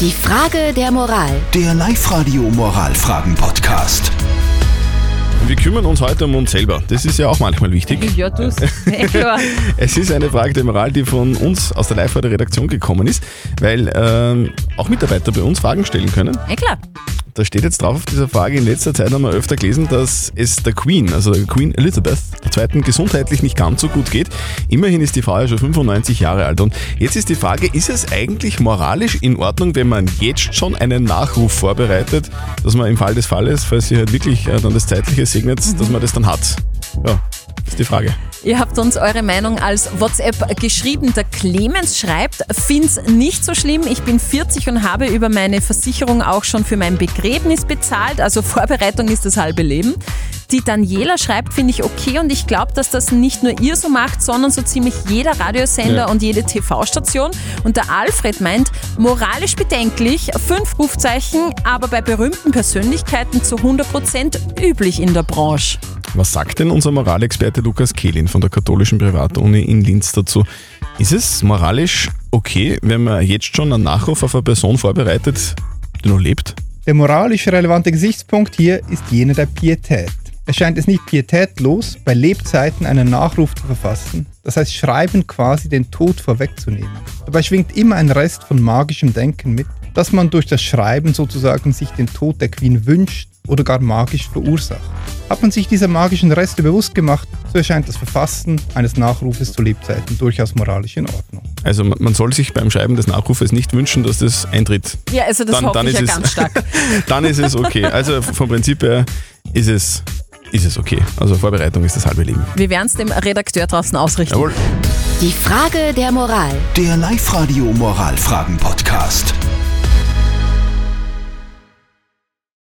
Die Frage der Moral. Der Live-Radio-Moralfragen-Podcast. Wir kümmern uns heute um uns selber. Das ist ja auch manchmal wichtig. Ja, du, klar. Es ist eine Frage der Moral, die von uns aus der Live-Radio-Redaktion gekommen ist, weil auch Mitarbeiter bei uns Fragen stellen können. Ja, klar. Da steht jetzt drauf auf dieser Frage, in letzter Zeit haben wir öfter gelesen, dass es der Queen, also der Queen Elizabeth II. Gesundheitlich nicht ganz so gut geht. Immerhin ist die Frau ja schon 95 Jahre alt. Und jetzt ist die Frage, ist es eigentlich moralisch in Ordnung, wenn man jetzt schon einen Nachruf vorbereitet, dass man im Fall des Falles, falls sie halt wirklich dann das Zeitliche segnet, dass man das dann hat? Ja, ist die Frage. Ihr habt uns eure Meinung als WhatsApp geschrieben. Der Clemens schreibt, find's nicht so schlimm. Ich bin 40 und habe über meine Versicherung auch schon für mein Begräbnis bezahlt. Also Vorbereitung ist das halbe Leben. Die Daniela schreibt, finde ich okay und ich glaube, dass das nicht nur ihr so macht, sondern so ziemlich jeder Radiosender und jede TV-Station. Und der Alfred meint, moralisch bedenklich, 5 Rufzeichen, aber bei berühmten Persönlichkeiten zu 100% üblich in der Branche. Was sagt denn unser Moralexperte Lukas Kehlin von der katholischen Privatuni in Linz dazu? Ist es moralisch okay, wenn man jetzt schon einen Nachruf auf eine Person vorbereitet, die noch lebt? Der moralisch relevante Gesichtspunkt hier ist jener der Pietät. Es scheint es nicht pietätlos, bei Lebzeiten einen Nachruf zu verfassen, das heißt Schreiben quasi den Tod vorwegzunehmen. Dabei schwingt immer ein Rest von magischem Denken mit, dass man durch das Schreiben sozusagen sich den Tod der Queen wünscht oder gar magisch verursacht. Hat man sich dieser magischen Reste bewusst gemacht, so erscheint das Verfassen eines Nachrufes zu Lebzeiten durchaus moralisch in Ordnung. Also man soll sich beim Schreiben des Nachrufes nicht wünschen, dass das eintritt. Ja, also das hoffe ich ja ganz stark. Dann ist es okay. Also vom Prinzip her ist es okay. Also Vorbereitung ist das halbe Leben. Wir werden es dem Redakteur draußen ausrichten. Jawohl. Die Frage der Moral. Der Live-Radio-Moralfragen-Podcast.